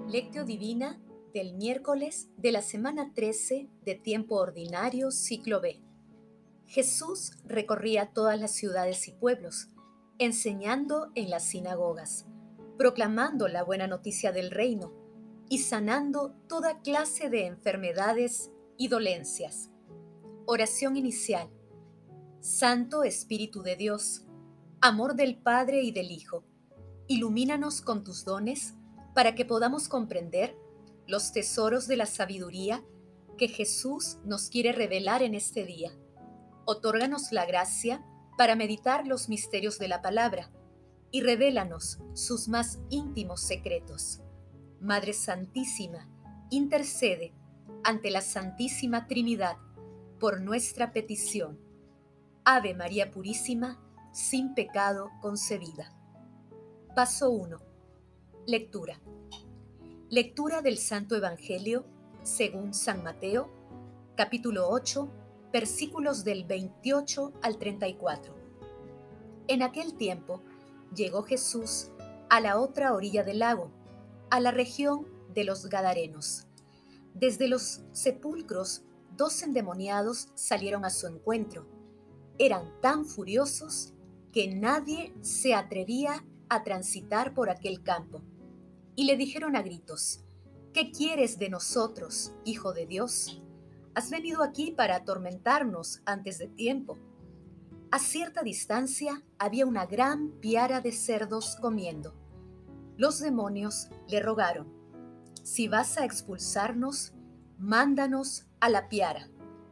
Lectio Divina del miércoles de la semana 13 de tiempo ordinario, ciclo B. Jesús recorría todas las ciudades y pueblos, enseñando en las sinagogas, proclamando la buena noticia del reino y sanando toda clase de enfermedades y dolencias. Oración inicial. Santo Espíritu de Dios, amor del Padre y del Hijo, ilumínanos con tus dones para que podamos comprender los tesoros de la sabiduría que Jesús nos quiere revelar en este día. Otórganos la gracia para meditar los misterios de la palabra y revélanos sus más íntimos secretos. Madre Santísima, intercede ante la Santísima Trinidad por nuestra petición. Ave María Purísima, sin pecado concebida. Paso 1. Lectura. Lectura del Santo Evangelio según San Mateo, capítulo 8, versículos del 28 al 34. En aquel tiempo llegó Jesús a la otra orilla del lago, a la región de los Gadarenos. Desde los sepulcros, 2 endemoniados salieron a su encuentro. Eran tan furiosos que nadie se atrevía a transitar por aquel campo. Y le dijeron a gritos: ¿Qué quieres de nosotros, Hijo de Dios? ¿Has venido aquí para atormentarnos antes de tiempo? A cierta distancia había una gran piara de cerdos comiendo. Los demonios le rogaron: Si vas a expulsarnos, mándanos a la piara.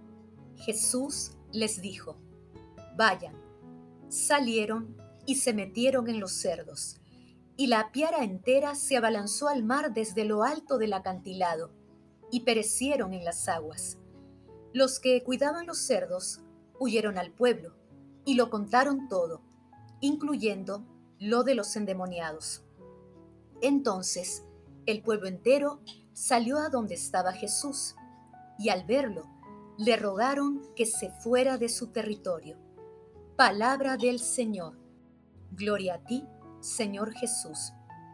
Jesús les dijo: Vayan. Salieron y se metieron en los cerdos, y la piara entera se abalanzó al mar desde lo alto del acantilado, y perecieron en las aguas. Los que cuidaban los cerdos huyeron al pueblo, y lo contaron todo, incluyendo lo de los endemoniados. Entonces el pueblo entero salió a donde estaba Jesús, y al verlo, le rogaron que se fuera de su territorio. Palabra del Señor. Gloria a ti, Señor Jesús.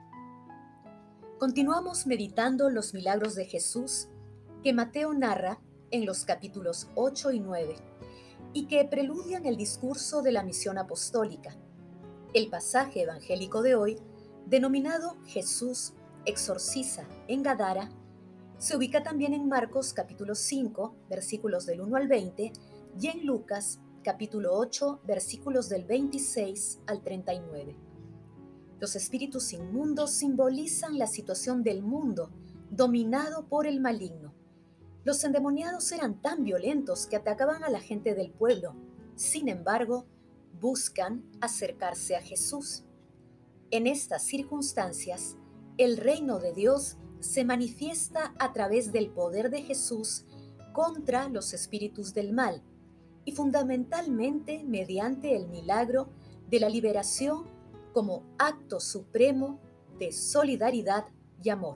Continuamos meditando los milagros de Jesús que Mateo narra en los capítulos 8 y 9 y que preludian el discurso de la misión apostólica. El pasaje evangélico de hoy, denominado Jesús exorciza en Gadara, se ubica también en Marcos capítulo 5, versículos del 1 al 20, y en Lucas capítulo 8, versículos del 26 al 39. Los espíritus inmundos simbolizan la situación del mundo dominado por el maligno. Los endemoniados eran tan violentos que atacaban a la gente del pueblo. Sin embargo, buscan acercarse a Jesús. En estas circunstancias, el reino de Dios se manifiesta a través del poder de Jesús contra los espíritus del mal y fundamentalmente mediante el milagro de la liberación como acto supremo de solidaridad y amor.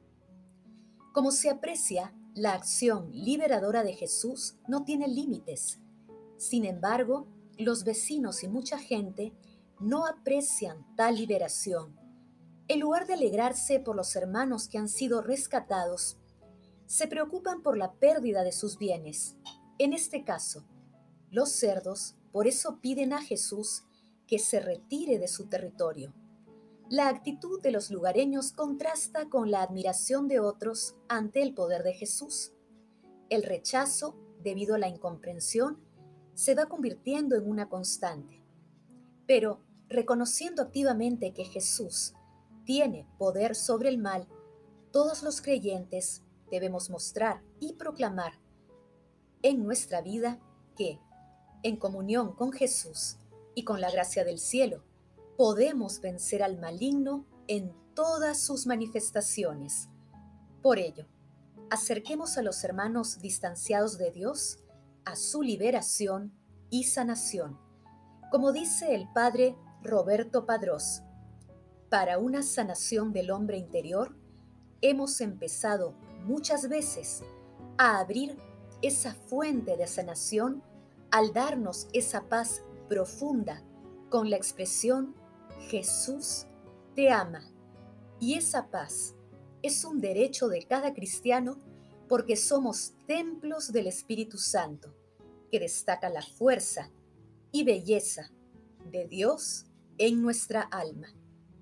Como se aprecia, la acción liberadora de Jesús no tiene límites. Sin embargo, los vecinos y mucha gente no aprecian tal liberación. En lugar de alegrarse por los hermanos que han sido rescatados, se preocupan por la pérdida de sus bienes. En este caso, los cerdos por eso piden a Jesús que se retire de su territorio. La actitud de los lugareños contrasta con la admiración de otros ante el poder de Jesús. El rechazo, debido a la incomprensión, se va convirtiendo en una constante. Pero, reconociendo activamente que Jesús tiene poder sobre el mal, todos los creyentes debemos mostrar y proclamar en nuestra vida que, en comunión con Jesús y con la gracia del cielo, podemos vencer al maligno en todas sus manifestaciones. Por ello, acerquemos a los hermanos distanciados de Dios a su liberación y sanación. Como dice el padre Roberto Padrós, para una sanación del hombre interior, hemos empezado muchas veces a abrir esa fuente de sanación al darnos esa paz profunda con la expresión Jesús te ama. Y esa paz Es un derecho de cada cristiano porque somos templos del Espíritu Santo, que destaca la fuerza y belleza de Dios en nuestra alma.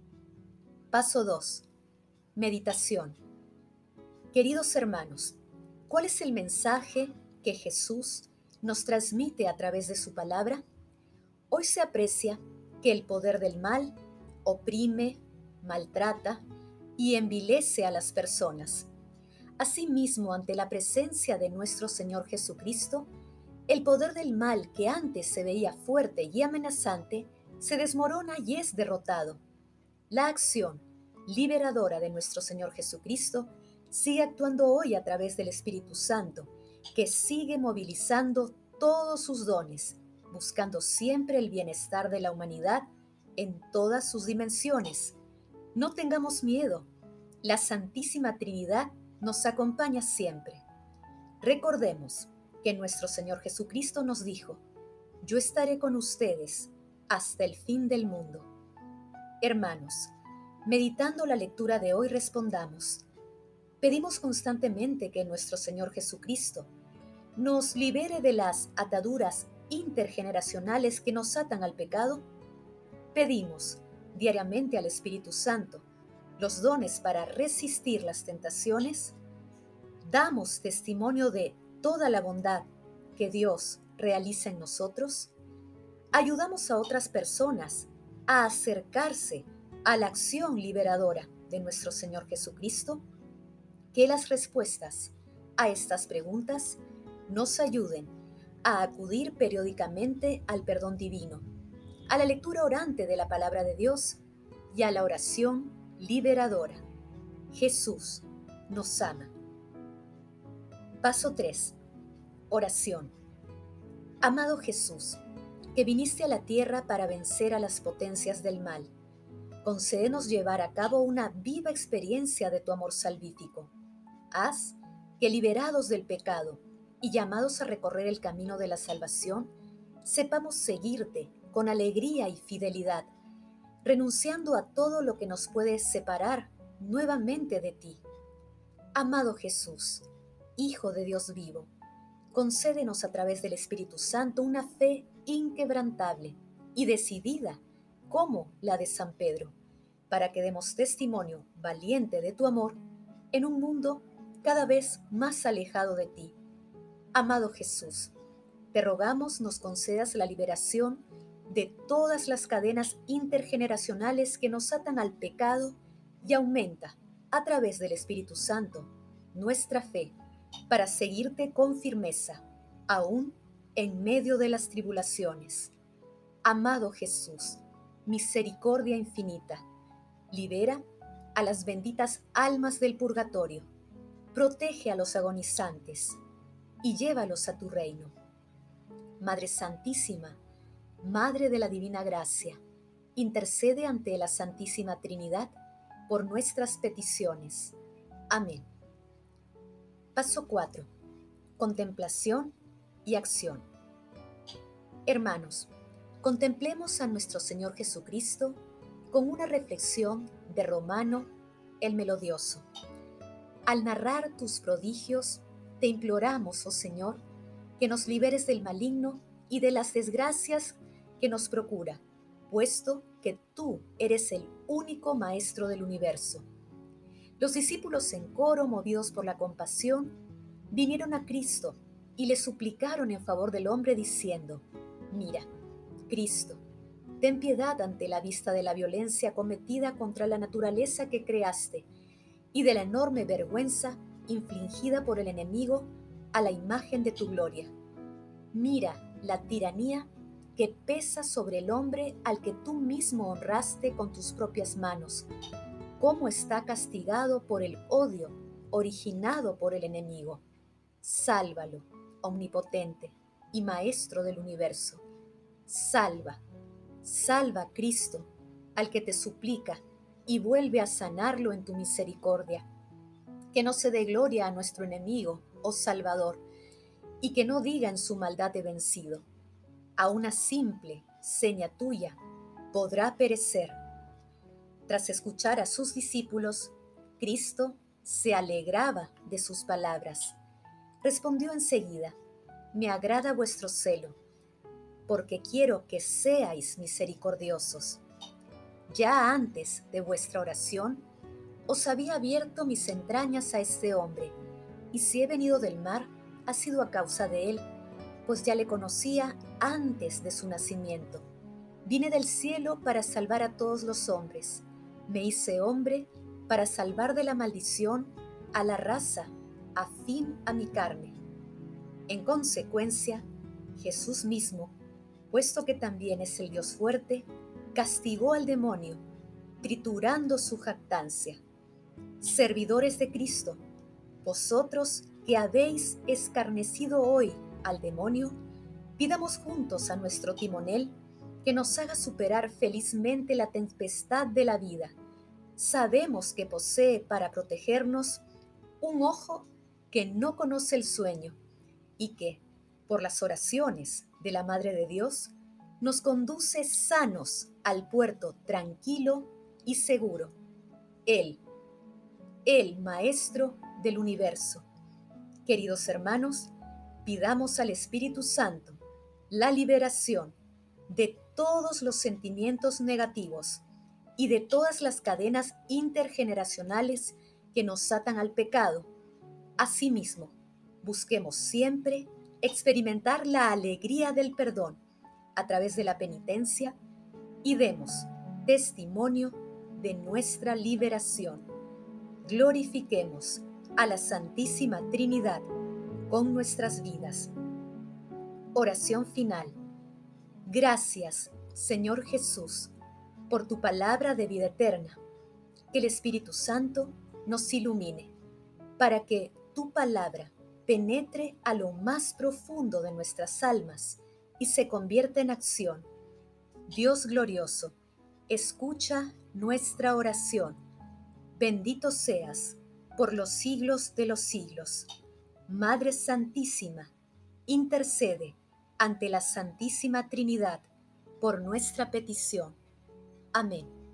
Paso 2. Meditación. Queridos hermanos, ¿cuál es el mensaje que Jesús nos transmite a través de su palabra? Hoy se aprecia que el poder del mal oprime, maltrata y envilece a las personas. Asimismo, ante la presencia de nuestro Señor Jesucristo, el poder del mal que antes se veía fuerte y amenazante se desmorona y es derrotado. La acción liberadora de nuestro Señor Jesucristo sigue actuando hoy a través del Espíritu Santo, que sigue movilizando todos sus dones, buscando siempre el bienestar de la humanidad en todas sus dimensiones. No tengamos miedo, la Santísima Trinidad nos acompaña siempre. Recordemos que nuestro Señor Jesucristo nos dijo: yo estaré con ustedes hasta el fin del mundo. Hermanos, meditando la lectura de hoy respondamos: pedimos constantemente que nuestro Señor Jesucristo nos libere de las ataduras intergeneracionales que nos atan al pecado. Pedimos diariamente al Espíritu Santo los dones para resistir las tentaciones. Damos testimonio de toda la bondad que Dios realiza en nosotros. Ayudamos a otras personas a acercarse a la acción liberadora de nuestro Señor Jesucristo. Que las respuestas a estas preguntas nos ayuden a acudir periódicamente al perdón divino, a la lectura orante de la palabra de Dios y a la oración liberadora. Jesús nos ama. Paso 3. Oración. Amado Jesús, que viniste a la tierra para vencer a las potencias del mal, concédenos llevar a cabo una viva experiencia de tu amor salvífico. Haz que, liberados del pecado y llamados a recorrer el camino de la salvación, sepamos seguirte con alegría y fidelidad, renunciando a todo lo que nos puede separar nuevamente de ti. Amado Jesús, Hijo de Dios vivo, concédenos a través del Espíritu Santo una fe inquebrantable y decidida como la de San Pedro, para que demos testimonio valiente de tu amor en un mundo cada vez más alejado de ti. Amado Jesús, te rogamos nos concedas la liberación de todas las cadenas intergeneracionales que nos atan al pecado y aumenta, a través del Espíritu Santo, nuestra fe para seguirte con firmeza, aún en medio de las tribulaciones. Amado Jesús, misericordia infinita, libera a las benditas almas del purgatorio, protege a los agonizantes y llévalos a tu reino. Madre Santísima, Madre de la Divina Gracia, intercede ante la Santísima Trinidad por nuestras peticiones. Amén. Paso 4. Contemplación y acción. Hermanos, contemplemos a nuestro Señor Jesucristo con una reflexión de Romano el Melodioso. Al narrar tus prodigios, te imploramos, oh Señor, que nos liberes del maligno y de las desgracias que nos procura, puesto que tú eres el único Maestro del universo. Los discípulos en coro, movidos por la compasión, vinieron a Cristo y le suplicaron en favor del hombre diciendo: mira, Cristo, ten piedad ante la vista de la violencia cometida contra la naturaleza que creaste y de la enorme vergüenza infligida por el enemigo a la imagen de tu gloria. Mira la tiranía que pesa sobre el hombre al que tú mismo honraste con tus propias manos, cómo está castigado por el odio originado por el enemigo. Sálvalo, omnipotente y Maestro del universo. Salva, salva, Cristo, al que te suplica, y vuelve a sanarlo en tu misericordia. Que no se dé gloria a nuestro enemigo, oh Salvador, y que no diga en su maldad de vencido: a una simple seña tuya podrá perecer. Tras escuchar a sus discípulos, Cristo se alegraba de sus palabras. Respondió enseguida: me agrada vuestro celo, porque quiero que seáis misericordiosos. Ya antes de vuestra oración, os había abierto mis entrañas a este hombre, y si he venido del mar, ha sido a causa de él, pues ya le conocía antes de su nacimiento. Vine del cielo para salvar a todos los hombres. Me hice hombre para salvar de la maldición a la raza, afín a mi carne. En consecuencia, Jesús mismo, puesto que también es el Dios fuerte, castigó al demonio, triturando su jactancia. Servidores de Cristo, vosotros que habéis escarnecido hoy al demonio, pidamos juntos a nuestro timonel que nos haga superar felizmente la tempestad de la vida. Sabemos que posee para protegernos un ojo que no conoce el sueño y que, por las oraciones de la Madre de Dios, nos conduce sanos al puerto tranquilo y seguro. Él, el Maestro del universo. Queridos hermanos, pidamos al Espíritu Santo la liberación de todos los sentimientos negativos y de todas las cadenas intergeneracionales que nos atan al pecado. Asimismo, busquemos siempre experimentar la alegría del perdón a través de la penitencia y demos testimonio de nuestra liberación. Glorifiquemos a la Santísima Trinidad con nuestras vidas. Oración final. Gracias, Señor Jesús, por tu palabra de vida eterna. Que el Espíritu Santo nos ilumine para que tu palabra penetre a lo más profundo de nuestras almas y se convierta en acción. Dios glorioso, escucha nuestra oración. Bendito seas por los siglos de los siglos. Madre Santísima, intercede ante la Santísima Trinidad por nuestra petición. Amén.